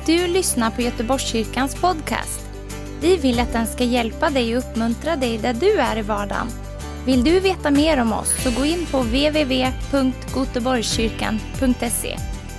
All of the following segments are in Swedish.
Du lyssnar på Göteborgskyrkans podcast. Vi vill att den ska hjälpa dig och uppmuntra dig där du är i vardagen. Vill du veta mer om oss så gå in på www.goteborgskyrkan.se.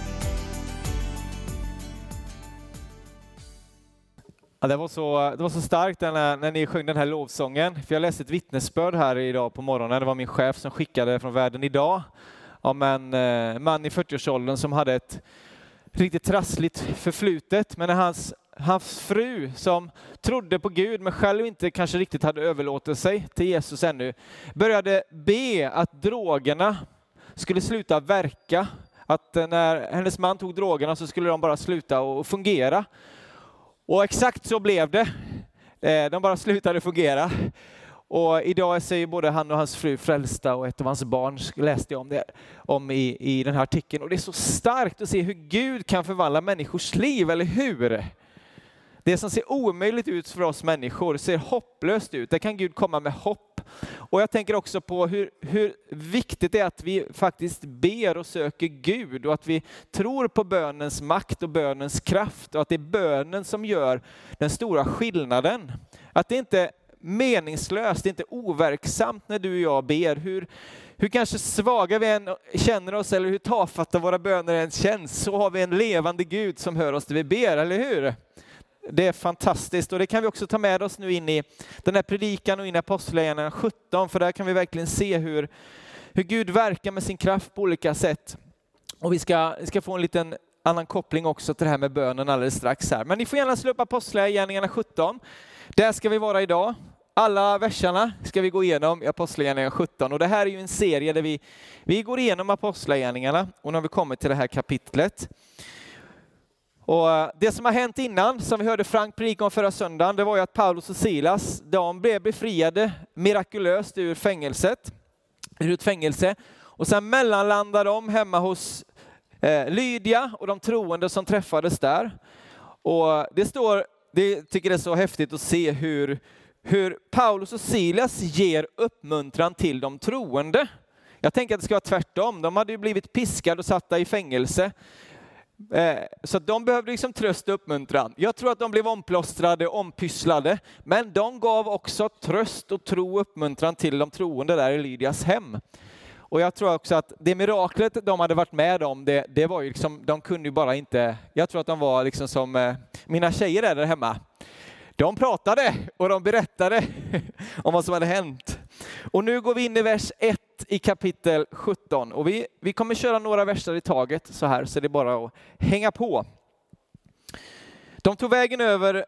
Ja, det var så starkt när ni sjöng den här lovsången. För jag läste ett vittnesbörd här idag på morgonen. Det var min chef som skickade från Världen idag. Om en man i 40-årsåldern som hade ett riktigt trassligt förflutet. Men hans fru som trodde på Gud men själv inte kanske riktigt hade överlåtit sig till Jesus ännu. Började be att drogerna skulle sluta verka. Att när hennes man tog drogerna så skulle de bara sluta och fungera. Och exakt så blev det. De bara slutade fungera. Och idag är ju både han och hans fru frälsta och ett av hans barn läste jag om i den här artikeln. Och det är så starkt att se hur Gud kan förvandla människors liv, eller hur? Det som ser omöjligt ut för oss människor ser hopplöst ut. Där kan Gud komma med hopp. Och jag tänker också på hur viktigt det är att vi faktiskt ber och söker Gud. Och att vi tror på bönens makt och bönens kraft. Och att det är bönen som gör den stora skillnaden. Att det inte är meningslöst, det är inte overksamt när du och jag ber. Hur kanske svaga vi än känner oss eller hur tafatta våra böner än känns. Så har vi en levande Gud som hör oss när vi ber, eller hur? Det är fantastiskt och det kan vi också ta med oss nu in i den här predikan och in i Apostlagärningarna 17. För där kan vi verkligen se hur Gud verkar med sin kraft på olika sätt. Och vi ska få en liten annan koppling också till det här med bönen alldeles strax här. Men ni får gärna slå upp Apostlagärningarna 17. Där ska vi vara idag. Alla verserna ska vi gå igenom i Apostlagärningarna 17. Och det här är ju en serie där vi går igenom Apostlagärningarna. Och nu har vi kommit till det här kapitlet. Och det som har hänt innan, som vi hörde Frank predika om förra söndagen, det var ju att Paulus och Silas, de blev befriade mirakulöst ur ett fängelse. Och sen mellanlandade de hemma hos Lydia och de troende som träffades där. Och det tycker det är så häftigt att se hur Paulus och Silas ger uppmuntran till de troende. Jag tänker att det ska vara tvärtom. De hade ju blivit piskade och satta i fängelse. Så de behövde liksom tröst och uppmuntran. Jag tror att de blev omplåstrade och ompysslade. Men de gav också tröst och tro och uppmuntran till de troende där i Lydias hem. Och jag tror också att det miraklet de hade varit med om, det var ju liksom, de kunde ju bara inte, jag tror att de var liksom som mina tjejer där hemma. De pratade och de berättade om vad som hade hänt. Och nu går vi in i vers 1 i kapitel 17. Och vi kommer köra några verser i taget så här, så det är bara att hänga på. De tog vägen över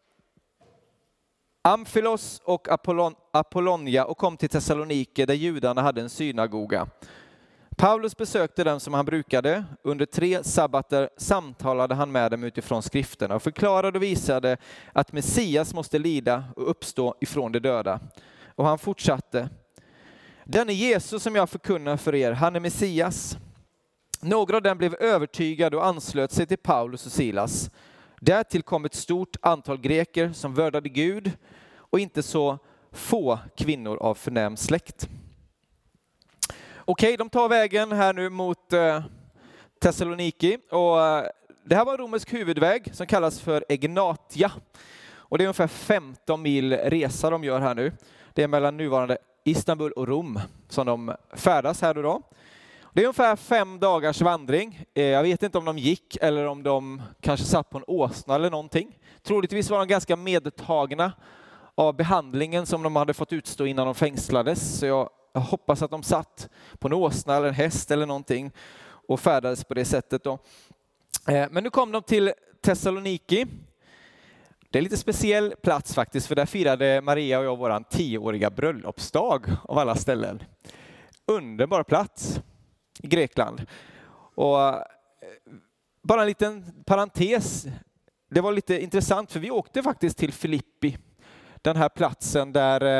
Amphilos och Apollonia och kom till Thessalonike där judarna hade en synagoga. Paulus besökte dem som han brukade. Under 3 sabbater samtalade han med dem utifrån skrifterna och förklarade och visade att Messias måste lida och uppstå ifrån de döda. Och han fortsatte: den är Jesus som jag förkunnar för er, han är Messias. Några av dem blev övertygade och anslöt sig till Paulus och Silas. Därtill kom ett stort antal greker som värdade Gud och inte så få kvinnor av förnäm släkt. Okej, de tar vägen här nu mot Thessaloniki. Och det här var en romersk huvudväg som kallas för Egnatia. Och det är ungefär 15 mil resa de gör här nu. Det är mellan nuvarande Istanbul och Rom som de färdas här då. Det är ungefär 5 dagars vandring. Jag vet inte om de gick eller om de kanske satt på en åsna eller någonting. Troligtvis var de ganska medtagna av behandlingen som de hade fått utstå innan de fängslades. Så jag hoppas att de satt på en åsna eller en häst eller någonting och färdades på det sättet då. Men nu kom de till Thessaloniki. Det är lite speciell plats faktiskt, för där firade Maria och jag våran 10-åriga bröllopsdag av alla ställen. Underbar plats i Grekland. Och bara en liten parentes. Det var lite intressant för vi åkte faktiskt till Filippi. Den här platsen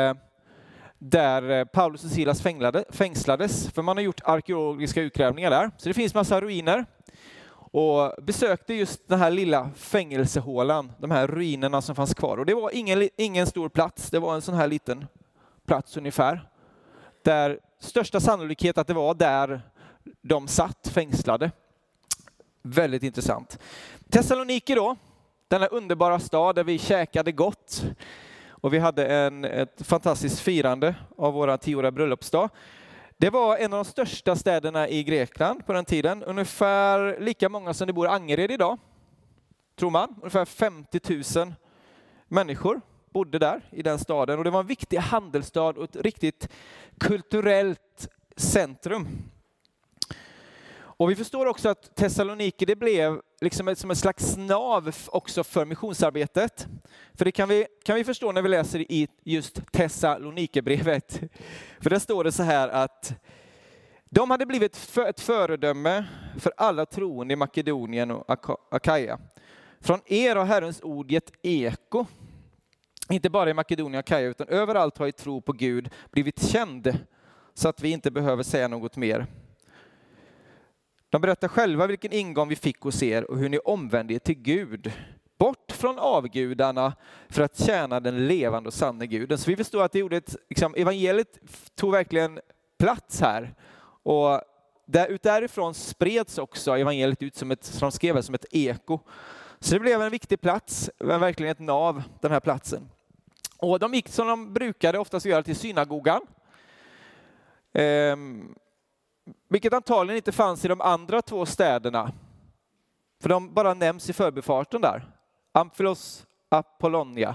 där Paulus och Silas fängslades. För man har gjort arkeologiska utgrävningar där. Så det finns massa ruiner. Och besökte just den här lilla fängelsehålan. De här ruinerna som fanns kvar. Och det var ingen stor plats. Det var en sån här liten plats ungefär. Där största sannolikhet att det var där de satt fängslade. Väldigt intressant. Thessaloniki då, denna underbara stad där vi käkade gott. Och vi hade ett fantastiskt firande av våra 10-åriga bröllopsdag. Det var en av de största städerna i Grekland på den tiden. Ungefär lika många som det bor i Angered idag. Tror man. Ungefär 50 000 människor bodde där i den staden. Och det var en viktig handelsstad och ett riktigt kulturellt centrum. Och vi förstår också att Thessaloniki, det blev liksom som en slags nav också för missionsarbetet. För det kan vi förstå när vi läser i just Thessalonikerbrevet. För där står det så här att de hade blivit ett föredöme för alla troende i Makedonien och Akaia. Från er har Herrens ord gett eko. Inte bara i Makedonien och Akaia utan överallt har i tro på Gud blivit känd så att vi inte behöver säga något mer. De berättar själva vilken ingång vi fick hos er och hur ni omvände er till Gud. Bort från avgudarna för att tjäna den levande och sanna Guden. Så vi förstår att det gjorde evangeliet tog verkligen plats här. Och därifrån spreds också evangeliet ut som ett eko. Så det blev en viktig plats, verkligen ett nav, den här platsen. Och de gick som de brukade oftast göra till synagogan. Vilket antagligen inte fanns i de andra 2 städerna. För de bara nämns i förbifarten där. Amphilos, Apollonia.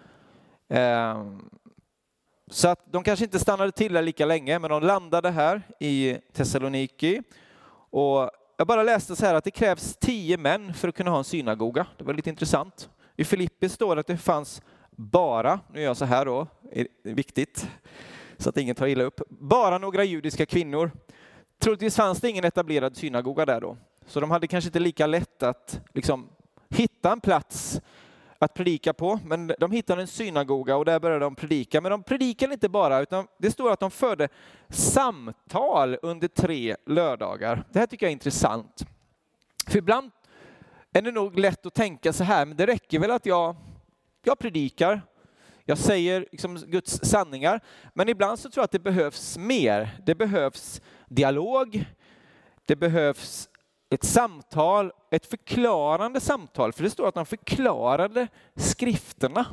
Så att de kanske inte stannade till där lika länge, men de landade här i Thessaloniki. Och jag bara läste så här att det krävs 10 män för att kunna ha en synagoga. Det var lite intressant. I Filippi står det att det fanns bara, nu gör jag så här då, är viktigt så att ingen tar illa upp, bara några judiska kvinnor. Troligtvis fanns det ingen etablerad synagoga där då. Så de hade kanske inte lika lätt att hitta en plats att predika på. Men de hittade en synagoga och där började de predika. Men de predikade inte bara, utan det står att de förde samtal under 3 lördagar. Det här tycker jag är intressant. För ibland är det nog lätt att tänka så här, men det räcker väl att jag predikar. Jag säger Guds sanningar, men ibland så tror jag att det behövs mer. Det behövs dialog, det behövs ett samtal, ett förklarande samtal. För det står att de förklarade skrifterna.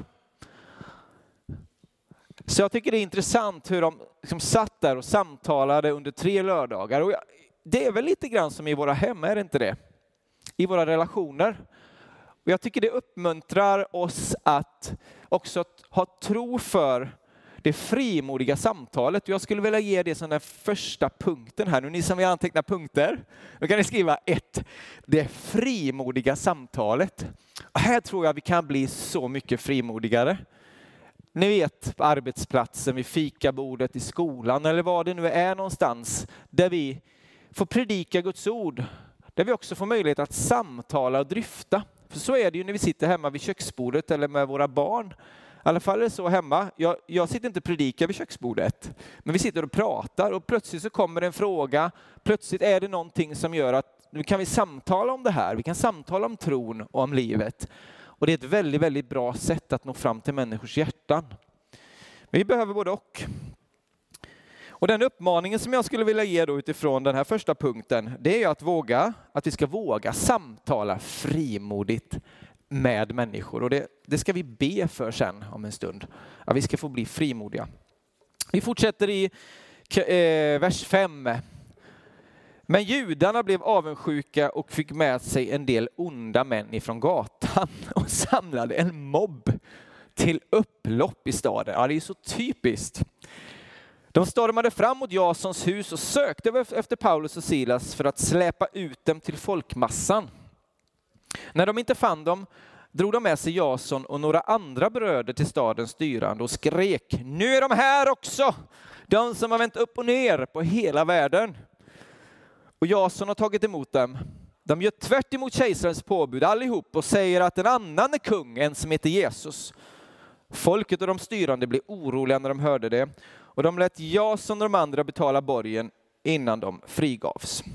Så jag tycker det är intressant hur de satt där och samtalade under 3 lördagar. Och det är väl lite grann som i våra hem, är det inte det? I våra relationer. Och jag tycker det uppmuntrar oss att också ha tro för det frimodiga samtalet. Jag skulle vilja ge det som den första punkten här. Nu ni som vill anteckna punkter, då kan ni skriva 1. Det frimodiga samtalet. Och här tror jag vi kan bli så mycket frimodigare. Ni vet, på arbetsplatsen, vid fikabordet, i skolan eller vad det nu är någonstans. Där vi får predika Guds ord. Där vi också får möjlighet att samtala och dryfta. För så är det ju när vi sitter hemma vid köksbordet eller med våra barn. I alla fall är det så hemma. Jag sitter inte och predikar vid köksbordet. Men vi sitter och pratar och plötsligt så kommer en fråga. Plötsligt är det någonting som gör att nu kan vi samtala om det här. Vi kan samtala om tron och om livet. Och det är ett väldigt, väldigt bra sätt att nå fram till människors hjärtan. Men vi behöver både och. Och den uppmaningen som jag skulle vilja ge då utifrån den här första punkten, det är att vi ska våga samtala frimodigt med människor. Och det ska vi be för sen om en stund. Att vi ska få bli frimodiga. Vi fortsätter i vers 5. Men judarna blev avundsjuka och fick med sig en del onda män ifrån gatan och samlade en mobb till upplopp i staden. Ja, det är så typiskt. De stormade fram mot Jasons hus och sökte efter Paulus och Silas för att släpa ut dem till folkmassan. När de inte fann dem drog de med sig Jason och några andra bröder till stadens styrande och skrek: nu är de här också, de som har vänt upp och ner på hela världen. Och Jason har tagit emot dem. De gör tvärt emot kejsarens påbud allihop och säger att en annan är kung, en som heter Jesus. Folket och de styrande blev oroliga när de hörde det. Och de lät Jason och de andra betala borgen innan de frigavs.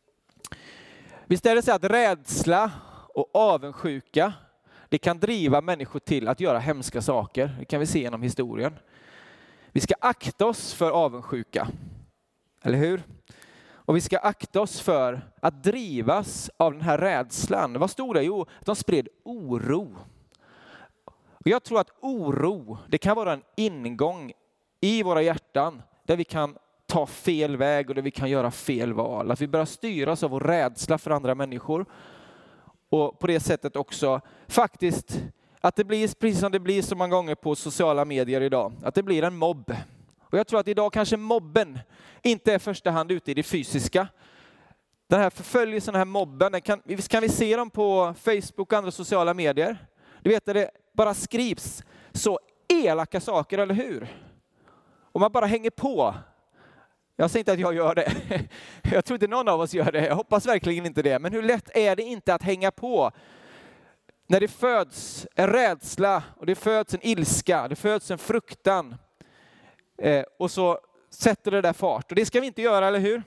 Visst är det så att rädsla och avundsjuka, det kan driva människor till att göra hemska saker. Det kan vi se genom historien. Vi ska akta oss för avundsjuka. Eller hur? Och vi ska akta oss för att drivas av den här rädslan. Vad stod det? Jo, de spred oro. Och jag tror att oro, det kan vara en ingång i våra hjärtan där vi kan ta fel väg och där vi kan göra fel val. Att vi börjar styras av vår rädsla för andra människor. Och på det sättet också faktiskt att det blir precis som det blir så många gånger på sociala medier idag. Att det blir en mobb. Och jag tror att idag kanske mobben inte är första hand ute i det fysiska. Den här förföljelsen, den här mobben, kan vi se dem på Facebook och andra sociala medier. Du vet att det bara skrivs så elaka saker, eller hur? Och man bara hänger på. Jag säger inte att jag gör det. Jag tror inte någon av oss gör det. Jag hoppas verkligen inte det. Men hur lätt är det inte att hänga på? När det föds en rädsla och det föds en ilska, det föds en fruktan. Och så sätter det där fart. Och det ska vi inte göra, eller hur?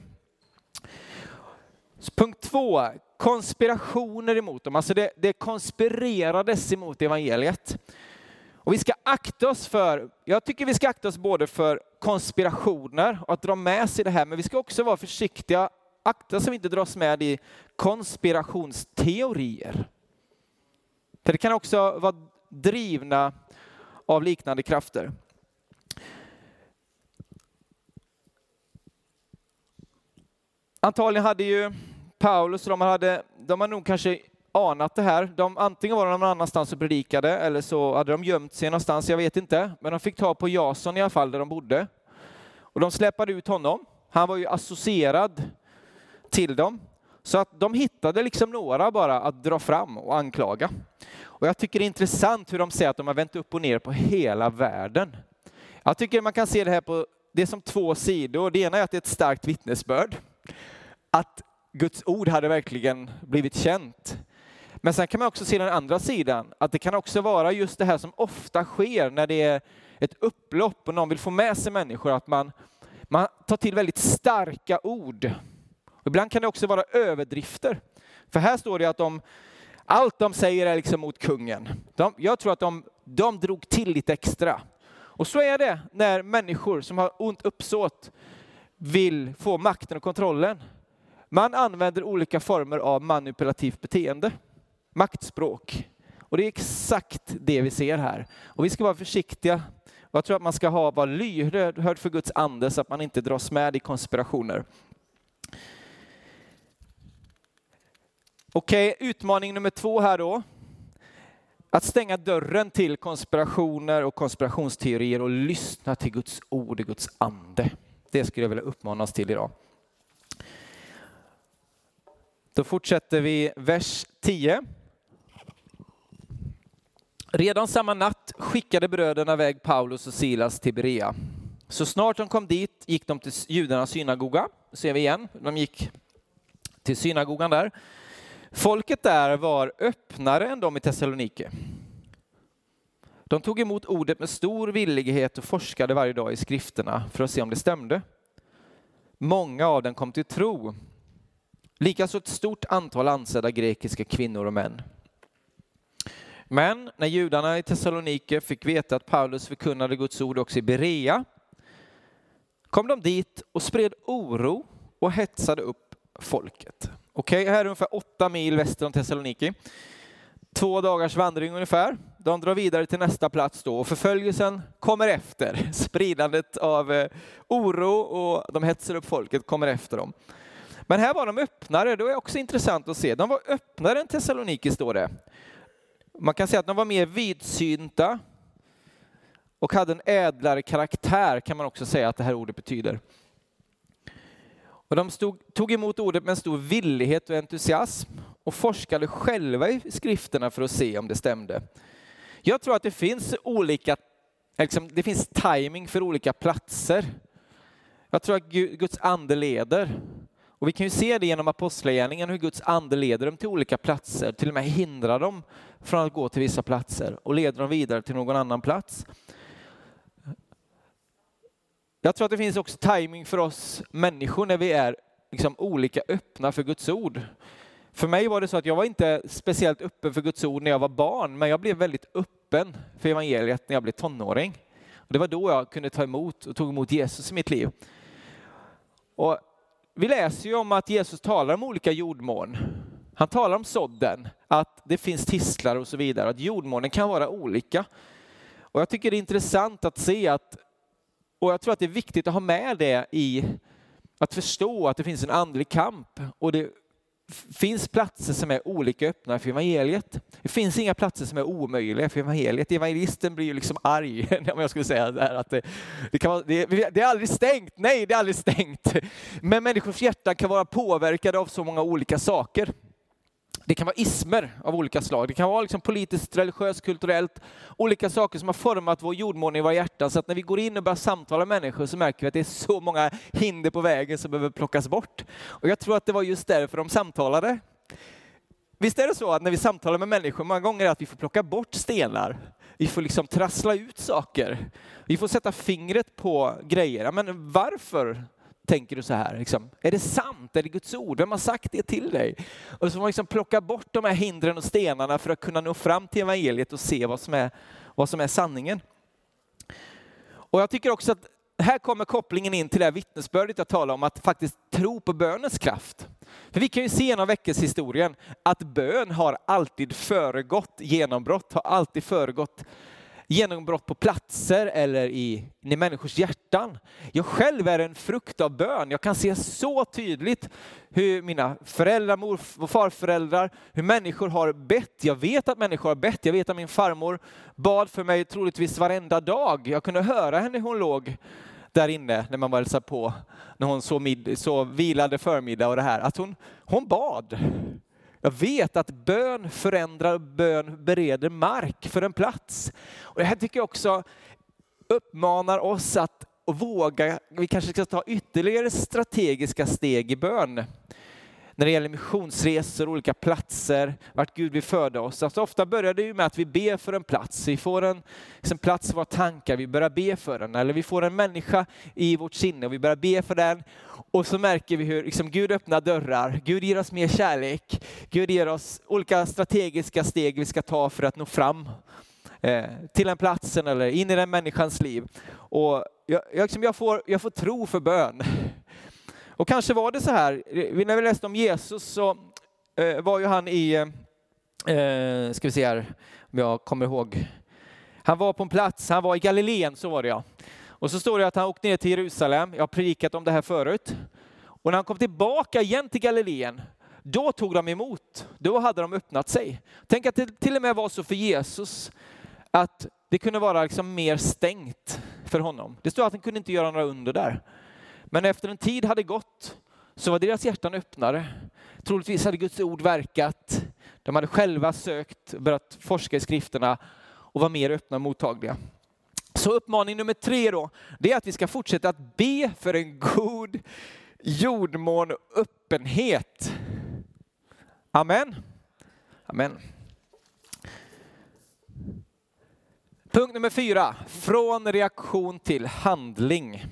Punkt 2. Konspirationer emot dem. Alltså det konspirerades emot evangeliet. Och vi ska akta oss för, jag tycker vi ska akta oss både för konspirationer och att dra med sig det här. Men vi ska också vara försiktiga, akta så vi inte dras med i konspirationsteorier. För det kan också vara drivna av liknande krafter. Antagligen hade ju Paulus, de har nog kanske anat det här. Antingen var de någon annanstans och predikade eller så hade de gömt sig någonstans, jag vet inte. Men de fick ta på Jason i alla fall där de bodde. Och de släppade ut honom. Han var ju associerad till dem. Så att de hittade liksom några bara att dra fram och anklaga. Och jag tycker det är intressant hur de säger att de har vänt upp och ner på hela världen. Jag tycker man kan se det här på det som två sidor. Det ena är att det är ett starkt vittnesbörd. Att Guds ord hade verkligen blivit känt. Men sen kan man också se den andra sidan. Att det kan också vara just det här som ofta sker när det är ett upplopp och någon vill få med sig människor. Att man tar till väldigt starka ord. Och ibland kan det också vara överdrifter. För här står det att allt de säger är liksom mot kungen. Jag tror att de drog till lite extra. Och så är det när människor som har ont uppsåt vill få makten och kontrollen. Man använder olika former av manipulativt beteende. Maktspråk. Och det är exakt det vi ser här. Och vi ska vara försiktiga. Och jag tror att man ska vara lyhörd för Guds ande så att man inte dras med i konspirationer. Okej, utmaning nummer 2 här då. Att stänga dörren till konspirationer och konspirationsteorier och lyssna till Guds ord och Guds ande. Det skulle jag vilja uppmana oss till idag. Då fortsätter vi vers 10. Redan samma natt skickade bröderna iväg Paulus och Silas till Berea. Så snart de kom dit gick de till judarnas synagoga. Ser vi igen, de gick till synagogan där. Folket där var öppnare än de i Thessalonike. De tog emot ordet med stor villighet och forskade varje dag i skrifterna för att se om det stämde. Många av dem kom till tro. Likaså ett stort antal ansedda grekiska kvinnor och män. Men när judarna i Thessalonike fick veta att Paulus förkunnade Guds ord också i Berea, kom de dit och spred oro och hetsade upp folket. Okej, här är ungefär 8 mil väster om Thessaloniki. 2 dagars vandring ungefär. De drar vidare till nästa plats då och förföljelsen kommer efter. Spridandet av oro och de hetsar upp folket kommer efter dem. Men här var de öppnare, det är också intressant att se. De var öppnare än Thessaloniki står det. Man kan säga att de var mer vidsynta och hade en ädlare karaktär kan man också säga att det här ordet betyder. Och de tog emot ordet med en stor villighet och entusiasm och forskade själva i skrifterna för att se om det stämde. Jag tror att det finns det finns timing för olika platser. Jag tror att Guds ande leder. Och vi kan ju se det genom apostlagärningen hur Guds ande leder dem till olika platser. Till och med hindrar dem från att gå till vissa platser och leder dem vidare till någon annan plats. Jag tror att det finns också timing för oss människor när vi är olika öppna för Guds ord. För mig var det så att jag var inte speciellt öppen för Guds ord när jag var barn, men jag blev väldigt öppen för evangeliet när jag blev tonåring. Och det var då jag kunde ta emot och tog emot Jesus i mitt liv. Och vi läser ju om att Jesus talar om olika jordmån. Han talar om sådden, att det finns tistlar och så vidare. Att jordmånen kan vara olika. Och jag tycker det är intressant att se att, och jag tror att det är viktigt att ha med det i att förstå att det finns en andlig kamp. Och det finns platser som är olika öppna för evangeliet. Det finns inga platser som är omöjliga för evangeliet. Evangelisten blir ju liksom arg om jag skulle säga där, att det är aldrig stängt. Nej, det är aldrig stängt. Men människors hjärtan kan vara påverkade av så många olika saker. Det kan vara ismer av olika slag. Det kan vara liksom politiskt, religiöst, kulturellt. Olika saker som har format vår jordmån i våra hjärtan. Så att när vi går in och börjar samtala med människor så märker vi att det är så många hinder på vägen som behöver plockas bort. Och jag tror att det var just därför de samtalade. Visst är det så att när vi samtalar med människor många gånger är att vi får plocka bort stenar. Vi får liksom trassla ut saker. Vi får sätta fingret på grejer. Men varför tänker du så här? Liksom, är det sant? Är det Guds ord? Vem har sagt det till dig? Och så får man liksom plocka bort de här hindren och stenarna för att kunna nå fram till evangeliet och se vad som är sanningen. Och jag tycker också att här kommer kopplingen in till det här vittnesbördet jag talar om, att faktiskt tro på bönens kraft. För vi kan ju se genom veckoshistorien att bön har alltid föregått genombrott, har alltid föregått genombrott på platser eller i människors hjärtan. Jag själv är en frukt av bön. Jag kan se så tydligt hur mina föräldrar, mor och farföräldrar, hur människor har bett. Jag vet att människor har bett. Jag vet att min farmor bad för mig troligtvis varenda dag. Jag kunde höra henne, hon låg där inne när man var hälsade på, när hon så vilade förmiddag och det här. Att hon bad. Jag vet att bön förändrar, bön bereder mark för en plats. Och det här tycker jag också uppmanar oss att våga, vi kanske ska ta ytterligare strategiska steg i bön. När det gäller missionsresor, olika platser, vart Gud vill föda oss. Alltså ofta börjar det ju med att vi ber för en plats. Vi får en plats i våra tankar, vi börjar be för den. Eller vi får en människa i vårt sinne och vi börjar be för den. Och så märker vi hur Gud öppnar dörrar. Gud ger oss mer kärlek. Gud ger oss olika strategiska steg vi ska ta för att nå fram till den platsen eller in i den människans liv. Och jag får tro för bön. Och kanske var det så här, när vi läste om Jesus så var ju han i, ska vi se här om jag kommer ihåg. Han var på en plats, han var i Galileen, så var det ja. Och så står det att han åkte ner till Jerusalem, jag har predikat om det här förut. Och när han kom tillbaka igen till Galileen, då tog de emot, då hade de öppnat sig. Tänk att det till och med var så för Jesus att det kunde vara liksom mer stängt för honom. Det står att han kunde inte göra några under där. Men efter en tid hade gått så var deras hjärtan öppnare. Troligtvis hade Guds ord verkat. De hade själva sökt, börjat forska i skrifterna och var mer öppna och mottagliga. Så uppmaning nummer 3 då, det är att vi ska fortsätta att be för en god jordmån och öppenhet. Amen. Amen. Punkt nummer 4. Från reaktion till handling.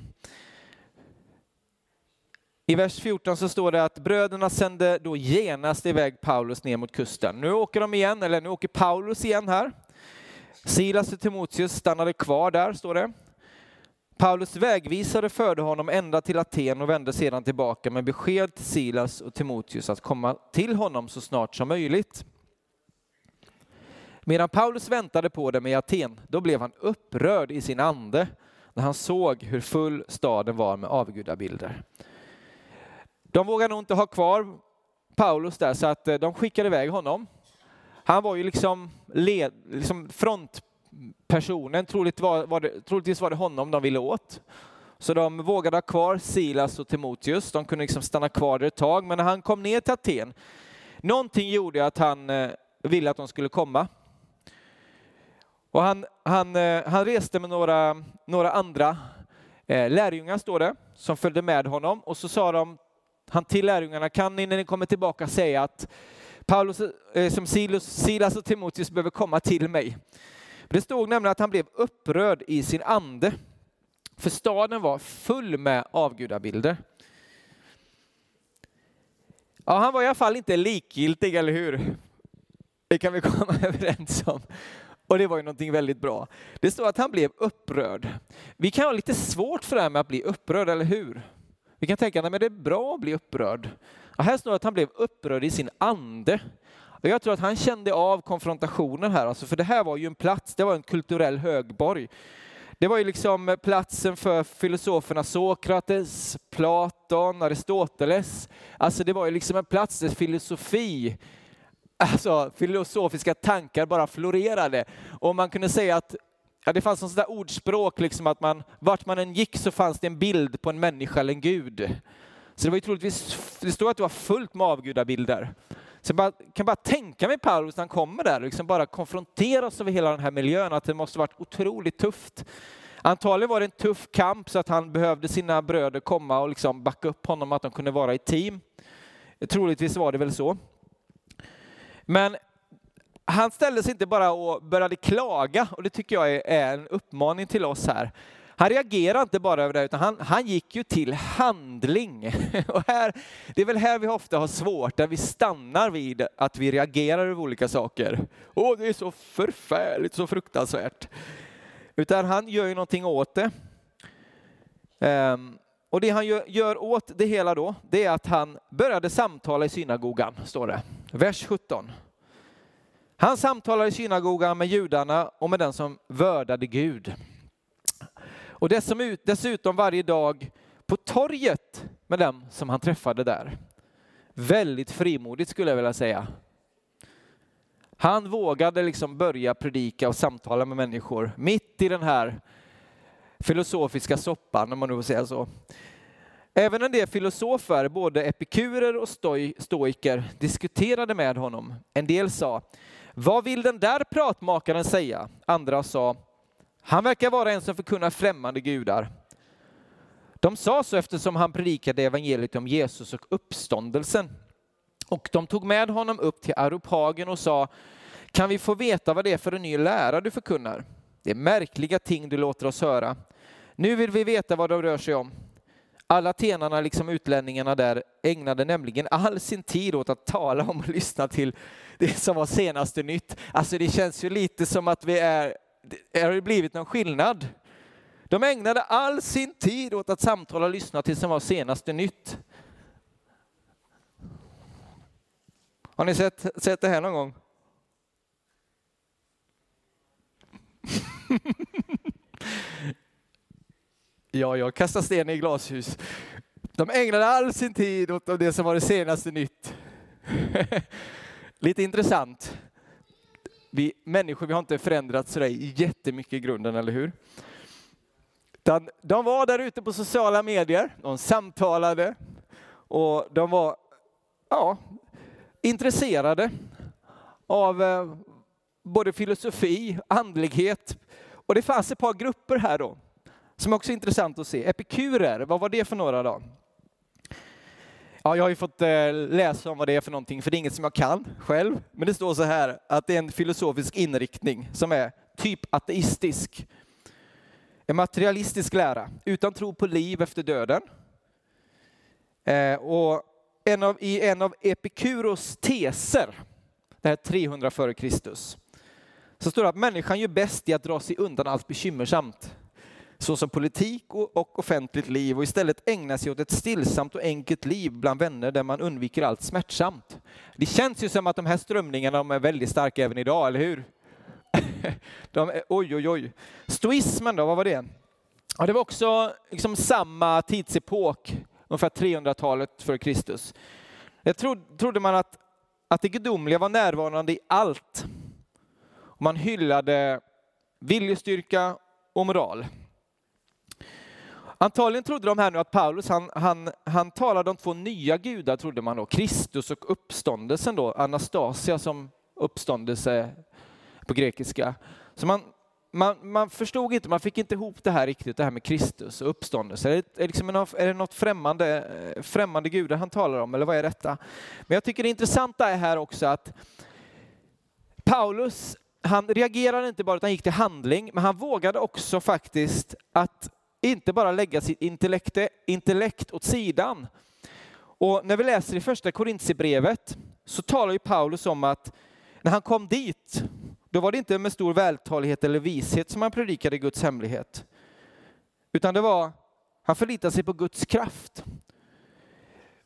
I vers 14 så står det att bröderna sände då genast iväg Paulus ner mot kusten. Nu åker Paulus igen här. Silas och Timoteus stannade kvar där, står det. Paulus vägvisare förde honom ända till Aten och vände sedan tillbaka med besked till Silas och Timoteus att komma till honom så snart som möjligt. Medan Paulus väntade på dem i Aten, då blev han upprörd i sin ande när han såg hur full staden var med avgudabilder. De vågade nog inte ha kvar Paulus där, så att de skickade iväg honom. Han var ju liksom frontpersonen, troligtvis var det honom de ville åt. Så de vågade ha kvar Silas och Timoteus, de kunde liksom stanna kvar där ett tag. Men när han kom ner till Aten, någonting gjorde att han ville att de skulle komma. Och han reste med några andra lärjungar, står det, som följde med honom. Och så sa han till lärjungarna, kan ni när ni kommer tillbaka säga att Paulus, som Silas och Timoteus behöver komma till mig. Det stod nämligen att han blev upprörd i sin ande. För staden var full med avgudabilder. Ja, han var i alla fall inte likgiltig, eller hur? Det kan vi komma överens om. Och det var ju någonting väldigt bra. Det står att han blev upprörd. Vi kan ha lite svårt för det här med att bli upprörd, eller hur? Vi kan tänka att det är bra att bli upprörd. Och här står det att han blev upprörd i sin ande. Och jag tror att han kände av konfrontationen här. Alltså, för det här var ju en plats, det var en kulturell högborg. Det var ju liksom platsen för filosoferna Sokrates, Platon, Aristoteles. Alltså det var ju liksom en plats där filosofi, alltså filosofiska tankar bara florerade. Och man kunde säga att det fanns en sån där ordspråk, liksom att vart man än gick så fanns det en bild på en människa eller en gud. Så det var ju troligtvis, det står att det var fullt med avgudabilder. Så jag kan bara tänka mig Paulus när han kommer där, liksom bara konfronteras över hela den här miljön, att det måste varit otroligt tufft. Antagligen var det en tuff kamp så att han behövde sina bröder komma och liksom backa upp honom, att de kunde vara i team. Troligtvis var det väl så. Men han ställde sig inte bara och började klaga, och det tycker jag är en uppmaning till oss här. Han reagerar inte bara över det, utan han gick ju till handling. Och det är väl här vi ofta har svårt, där vi stannar vid att vi reagerar över olika saker. Det är så förfärligt, så fruktansvärt. Utan han gör ju någonting åt det. Och det han gör åt det hela då, det är att han började samtala i synagogan, står det. Vers 17. Han samtalade i synagogan med judarna och med den som vördade Gud. Och dessutom varje dag på torget med dem som han träffade där. Väldigt frimodigt skulle jag vilja säga. Han vågade liksom börja predika och samtala med människor mitt i den här filosofiska soppan, om man nu får säga så. Även en del filosofer, både epikurer och stoiker, diskuterade med honom. En del sa, vad vill den där pratmakaren säga? Andra sa, han verkar vara en som förkunnar främmande gudar. De sa så eftersom han predikade evangeliet om Jesus och uppståndelsen. Och de tog med honom upp till Areopagen och sa, kan vi få veta vad det är för en ny lära du förkunnar? Det är märkliga ting du låter oss höra. Nu vill vi veta vad de rör sig om. Alla atenarna liksom utlänningarna där ägnade nämligen all sin tid åt att tala om och lyssna till det som var senaste nytt. Alltså det känns ju lite som att har det blivit någon skillnad. De ägnade all sin tid åt att samtala och lyssna till det som var senaste nytt. Har ni sett det här någon gång? Ja, jag kastar sten i glashus. De ägnade all sin tid åt det som var det senaste nytt. Lite intressant. Vi människor, vi har inte förändrats sådär jättemycket i grunden, eller hur? De var där ute på sociala medier, de samtalade och de var intresserade av både filosofi, andlighet. Och det fanns ett par grupper här då som också är intressant att se. Epikurer, vad var det för några då? Ja, jag har ju fått läsa om vad det är för någonting, för det är inget som jag kan själv. Men det står så här att det är en filosofisk inriktning som är typ ateistisk. En materialistisk lära, utan tro på liv efter döden. Och i en av Epikuros teser, det här 300 före Kristus, så står det att människan gör bäst i att dra sig undan allt bekymmersamt, såsom politik och offentligt liv, och istället ägna sig åt ett stillsamt och enkelt liv bland vänner där man undviker allt smärtsamt. Det känns ju som att de här strömningarna är väldigt starka även idag, eller hur? Oj. Stoismen då, vad var det? Ja, det var också liksom samma tidsepok, ungefär 300-talet före Kristus. Jag trodde man att det gudomliga var närvarande i allt. Och man hyllade viljestyrka och moral. Antagligen trodde de här nu att Paulus, han talade om två nya gudar, trodde man då. Kristus och uppståndelsen då, Anastasia som uppståndelse på grekiska. Så man förstod inte, man fick inte ihop det här riktigt, det här med Kristus och uppståndelse. Är det något främmande gudar han talar om, eller vad är detta? Men jag tycker det intressanta är här också att Paulus, han reagerade inte bara utan gick till handling, men han vågade också faktiskt att inte bara lägga sitt intellekt åt sidan. Och när vi läser i första Korintierbrevet så talar ju Paulus om att när han kom dit, då var det inte med stor vältalighet eller vishet som han predikade Guds hemlighet. Utan det var, han förlitade sig på Guds kraft.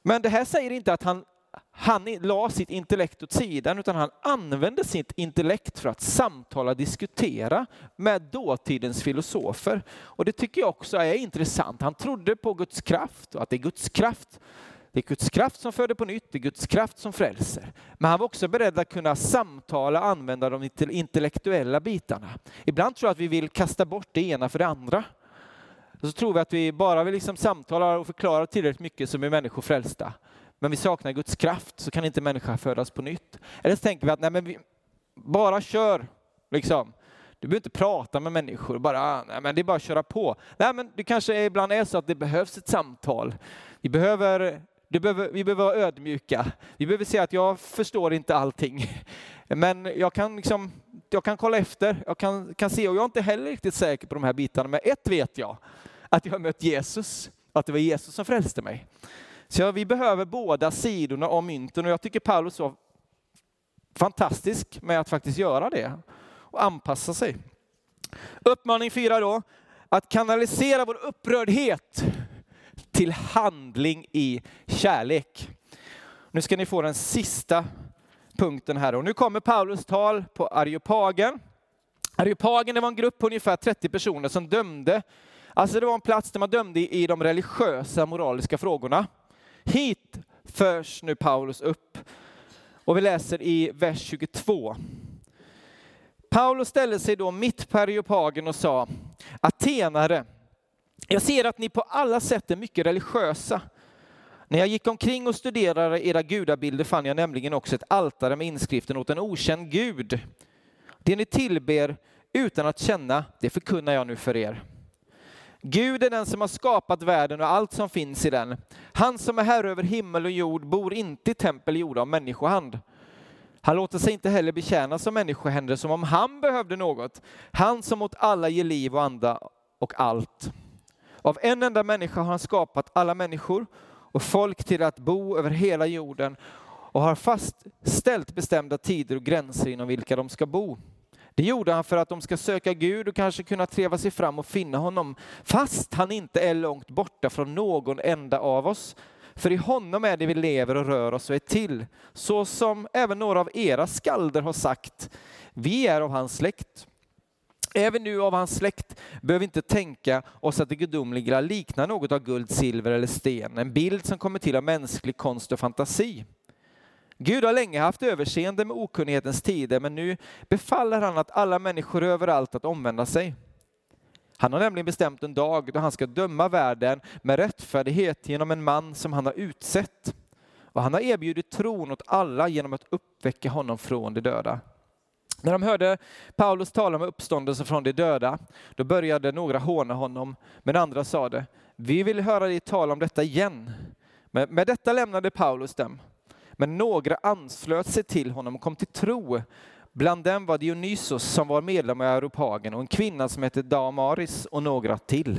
Men det här säger inte att han la sitt intellekt åt sidan, utan han använde sitt intellekt för att samtala, diskutera med dåtidens filosofer. Och det tycker jag också är intressant. Han trodde på Guds kraft och att det är Guds kraft som föder på nytt, det är Guds kraft som frälser. Men han var också beredd att kunna samtala och använda de intellektuella bitarna. Ibland tror jag att vi vill kasta bort det ena för det andra. Och så tror vi att vi bara vill liksom samtala och förklara tillräckligt mycket som är människor frälsta. Men vi saknar Guds kraft, så kan inte människa födas på nytt. Eller så tänker vi att nej, men vi bara kör. Liksom. Du behöver inte prata med människor, nej, men det är bara att köra på. Nej, men det kanske ibland är så att det behövs ett samtal. Vi behöver vara ödmjuka. Vi behöver säga att jag förstår inte allting. Men jag kan kolla efter, jag kan se, och jag är inte heller riktigt säker på de här bitarna. Men ett vet jag, att jag har mött Jesus, att det var Jesus som frälste mig. Så vi behöver båda sidorna av mynten, och jag tycker Paulus var fantastisk med att faktiskt göra det och anpassa sig. Uppmaning 4 då, att kanalisera vår upprördhet till handling i kärlek. Nu ska ni få den sista punkten här. Och nu kommer Paulus tal på Areopagen. Areopagen, det var en grupp på ungefär 30 personer som dömde. Alltså det var en plats där man dömde i de religiösa moraliska frågorna. Hit förs nu Paulus upp. Och vi läser i vers 22. Paulus ställde sig då mitt på Areopagen och sa: Atenare, jag ser att ni på alla sätt är mycket religiösa. När jag gick omkring och studerade era gudabilder fann jag nämligen också ett altare med inskriften åt en okänd gud. Det ni tillber utan att känna, det förkunnar jag nu för er. Gud är den som har skapat världen och allt som finns i den. Han som är herre över himmel och jord bor inte i tempel gjorda av människohand. Han låter sig inte heller betjänas av människohänder som om han behövde något. Han som åt alla ger liv och anda och allt. Av en enda människa har han skapat alla människor och folk till att bo över hela jorden och har fastställt bestämda tider och gränser inom vilka de ska bo. Det gjorde han för att de ska söka Gud och kanske kunna treva sig fram och finna honom, fast han inte är långt borta från någon enda av oss. För i honom är det vi lever och rör oss och är till, så som även några av era skalder har sagt. Vi är av hans släkt. Även nu av hans släkt behöver vi inte tänka oss att det gudomliga liknar något av guld, silver eller sten. En bild som kommer till av mänsklig konst och fantasi. Gud har länge haft överseende med okunnighetens tider, men nu befaller han att alla människor överallt att omvända sig. Han har nämligen bestämt en dag då han ska döma världen med rättfärdighet genom en man som han har utsett. Och han har erbjudit tron åt alla genom att uppväcka honom från de döda. När de hörde Paulus tala om uppståndelse från de döda, då började några håna honom, men andra sade: vi vill höra dig tala om detta igen. Men med detta lämnade Paulus dem. Men några anslöt sig till honom och kom till tro. Bland dem var Dionysos som var medlem i Areopagen och en kvinna som hette Damaris och några till.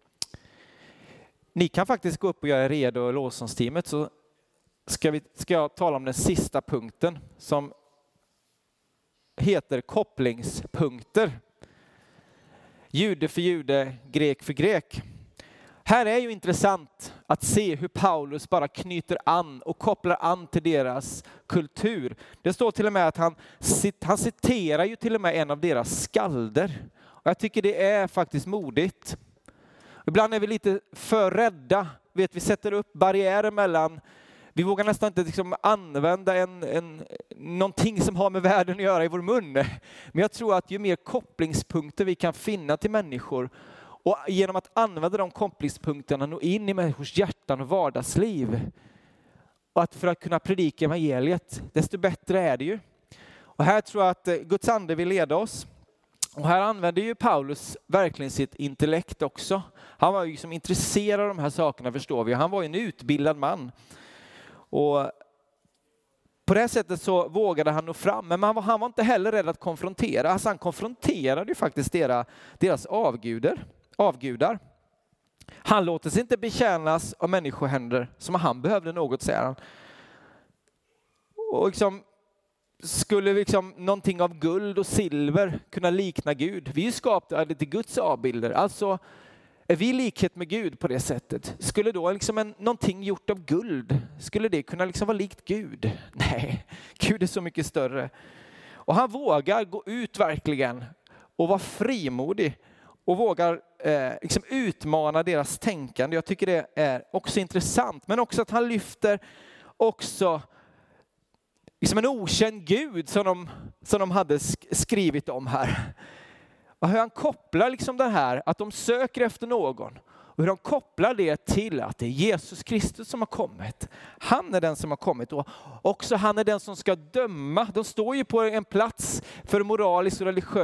Ni kan faktiskt gå upp och göra redo i lovsångsteamet, så ska jag tala om den sista punkten som heter kopplingspunkter. Jude för jude, grek för grek. Här är ju intressant att se hur Paulus bara knyter an och kopplar an till deras kultur. Det står till och med att han citerar ju till och med en av deras skalder. Och jag tycker det är faktiskt modigt. Ibland är vi lite för rädda. Vi sätter upp barriärer mellan. Vi vågar nästan inte liksom använda någonting som har med världen att göra i vår mun. Men jag tror att ju mer kopplingspunkter vi kan finna till människor, och genom att använda de kopplingspunkterna nå in i människors hjärtan och vardagsliv, och att för att kunna predika evangeliet, desto bättre är det ju. Och här tror jag att Guds ande vill leda oss. Och här använder ju Paulus verkligen sitt intellekt också. Han var ju som intresserad av de här sakerna, förstår vi. Han var ju en utbildad man. Och på det här sättet så vågade han nå fram. Men han var inte heller rädd att konfrontera. Alltså han konfronterade ju faktiskt deras avgudar. Han låter sig inte betjänas av människohänder som han behövde något, säger han. Och skulle någonting av guld och silver kunna likna Gud? Vi är skapade till Guds avbilder. Alltså är vi i likhet med Gud på det sättet? Skulle då liksom någonting gjort av guld, skulle det kunna liksom vara likt Gud? Nej, Gud är så mycket större. Och han vågar gå ut verkligen och vara frimodig och vågar liksom utmana deras tänkande. Jag tycker det är också intressant, men också att han lyfter också liksom en okänd Gud som de hade skrivit om här. Och hur han kopplar liksom det här, att de söker efter någon. Och hur de kopplar det till att det är Jesus Kristus som har kommit. Han är den som har kommit och också han är den som ska döma. De står ju på en plats för moralisk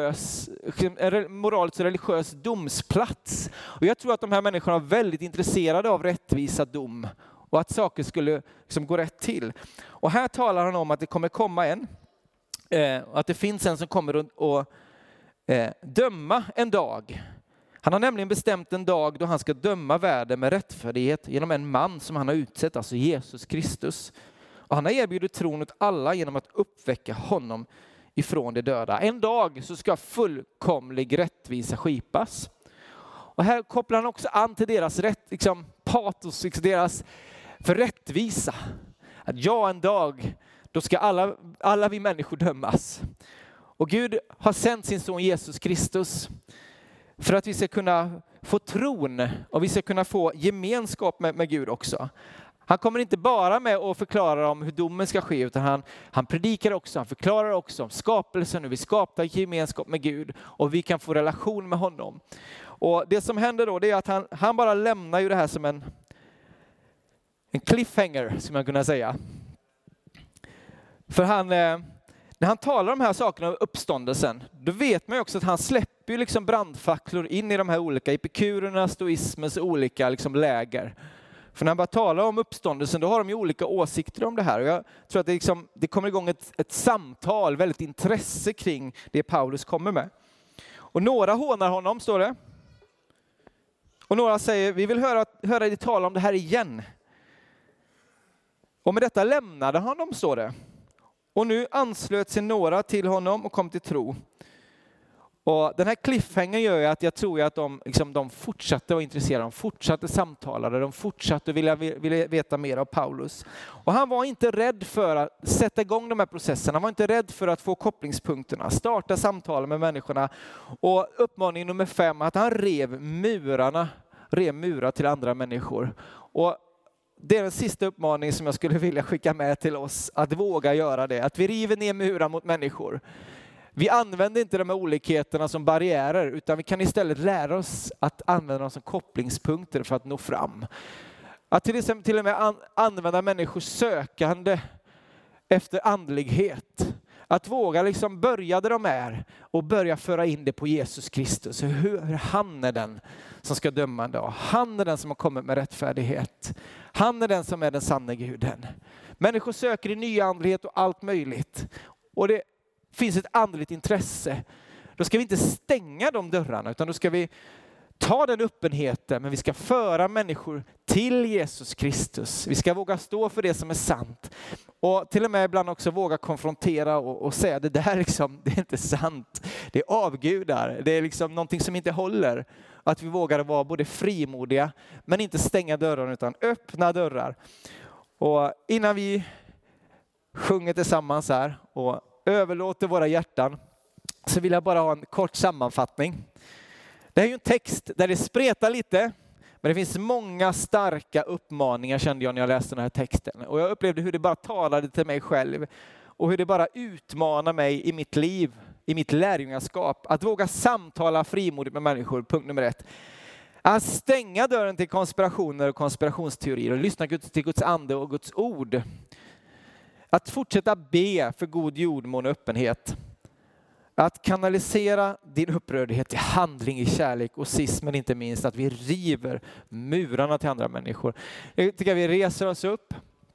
och religiös domsplats. Och jag tror att de här människorna är väldigt intresserade av rättvisa dom. Och att saker skulle liksom gå rätt till. Och här talar han om att det kommer komma en. Att det finns en som kommer och döma en dag. Han har nämligen bestämt en dag då han ska döma världen med rättfärdighet genom en man som han har utsett, alltså Jesus Kristus. Och han har erbjudit tron åt alla genom att uppväcka honom ifrån de döda. En dag så ska fullkomlig rättvisa skipas. Och här kopplar han också an till deras patos, deras för rättvisa. Att en dag då ska alla vi människor dömas. Och Gud har sänt sin son Jesus Kristus för att vi ska kunna få tron och vi ska kunna få gemenskap med Gud också. Han kommer inte bara med att förklara om hur domen ska ske, utan han predikar också, han förklarar också om skapelsen, hur vi skapar gemenskap med Gud och vi kan få relation med honom. Och det som händer då, det är att han bara lämnar ju det här som en cliffhanger, som man kunna säga. För när han talar om de här sakerna om uppståndelsen, då vet man ju också att han släpper ju liksom brandfacklor in i de här olika epikurerna, stoismens olika liksom läger. För när han bara talar om uppståndelsen, då har de ju olika åsikter om det här. Och jag tror att det kommer igång ett samtal, väldigt intresse kring det Paulus kommer med. Och några hånar honom, står det. Och några säger, vi vill höra dig tala om det här igen. Och med detta lämnade honom, står det. Och nu anslöt sig några till honom och kom till tro. Och den här cliffhanger gör ju att jag tror att de fortsatte vara intresserade, de fortsatte samtala, de fortsatte vilja veta mer av Paulus. Och han var inte rädd för att sätta igång de här processerna, han var inte rädd för att få kopplingspunkterna, starta samtal med människorna. Och uppmaning nummer 5, att han rev murar till andra människor. Och det är den sista uppmaningen som jag skulle vilja skicka med till oss, att våga göra det, att vi river ner murar mot människor. Vi använder inte de här olikheterna som barriärer, utan vi kan istället lära oss att använda dem som kopplingspunkter för att nå fram. Att till och med använda människors sökande efter andlighet. Att våga börja där de är och börja föra in det på Jesus Kristus. Hur han är den som ska döma en dag. Han är den som har kommit med rättfärdighet. Han är den som är den sanna guden. Människor söker i ny andlighet och allt möjligt. Och det finns ett andligt intresse. Då ska vi inte stänga de dörrarna, utan då ska vi ta den öppenheten, men vi ska föra människor till Jesus Kristus. Vi ska våga stå för det som är sant. Och till och med ibland också våga konfrontera och säga det där det är inte sant. Det är avgudar. Det är någonting som inte håller. Att vi vågar vara både frimodiga men inte stänga dörren utan öppna dörrar. Och innan vi sjunger tillsammans här och överlåter våra hjärtan, så vill jag bara ha en kort sammanfattning. Det är ju en text där det spretar lite, men det finns många starka uppmaningar, kände jag när jag läste den här texten. Och jag upplevde hur det bara talade till mig själv och hur det bara utmanar mig i mitt liv, i mitt lärjungaskap. Att våga samtala frimodigt med människor, punkt nummer 1. Att stänga dörren till konspirationer och konspirationsteorier och lyssna till Guds ande och Guds ord. Att fortsätta be för god jordmån och öppenhet. Att kanalisera din upprördhet till handling i kärlek, och sist men inte minst att vi river murarna till andra människor. Jag tycker att vi reser oss upp,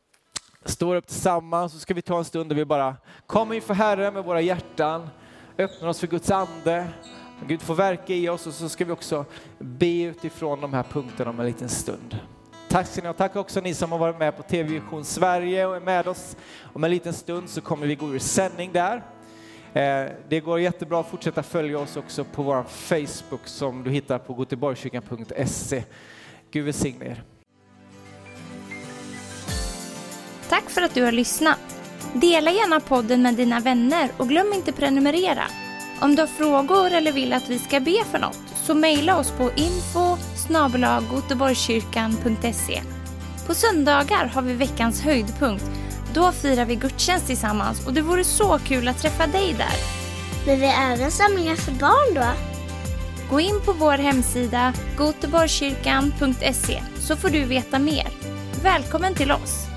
står upp tillsammans, så ska vi ta en stund där vi bara kommer inför Herren med våra hjärtan, öppnar oss för Guds ande. Gud får verka i oss, och så ska vi också be utifrån de här punkterna om en liten stund. Tack ska ni ha. Tack också ni som har varit med på TV Vision Sverige och är med oss. Om en liten stund så kommer vi gå ur sändning där. Det går jättebra att fortsätta följa oss också på vår Facebook som du hittar på goteborgskyrkan.se. Gud välsigne er. Tack för att du har lyssnat. Dela gärna podden med dina vänner och glöm inte prenumerera. Om du har frågor eller vill att vi ska be för något så mejla oss på info@goteborgskyrkan.se. På söndagar har vi veckans höjdpunkt. Då firar vi gudstjänst tillsammans och det vore så kul att träffa dig där. Men vi har även samlingar för barn då? Gå in på vår hemsida goteborgskyrkan.se så får du veta mer. Välkommen till oss!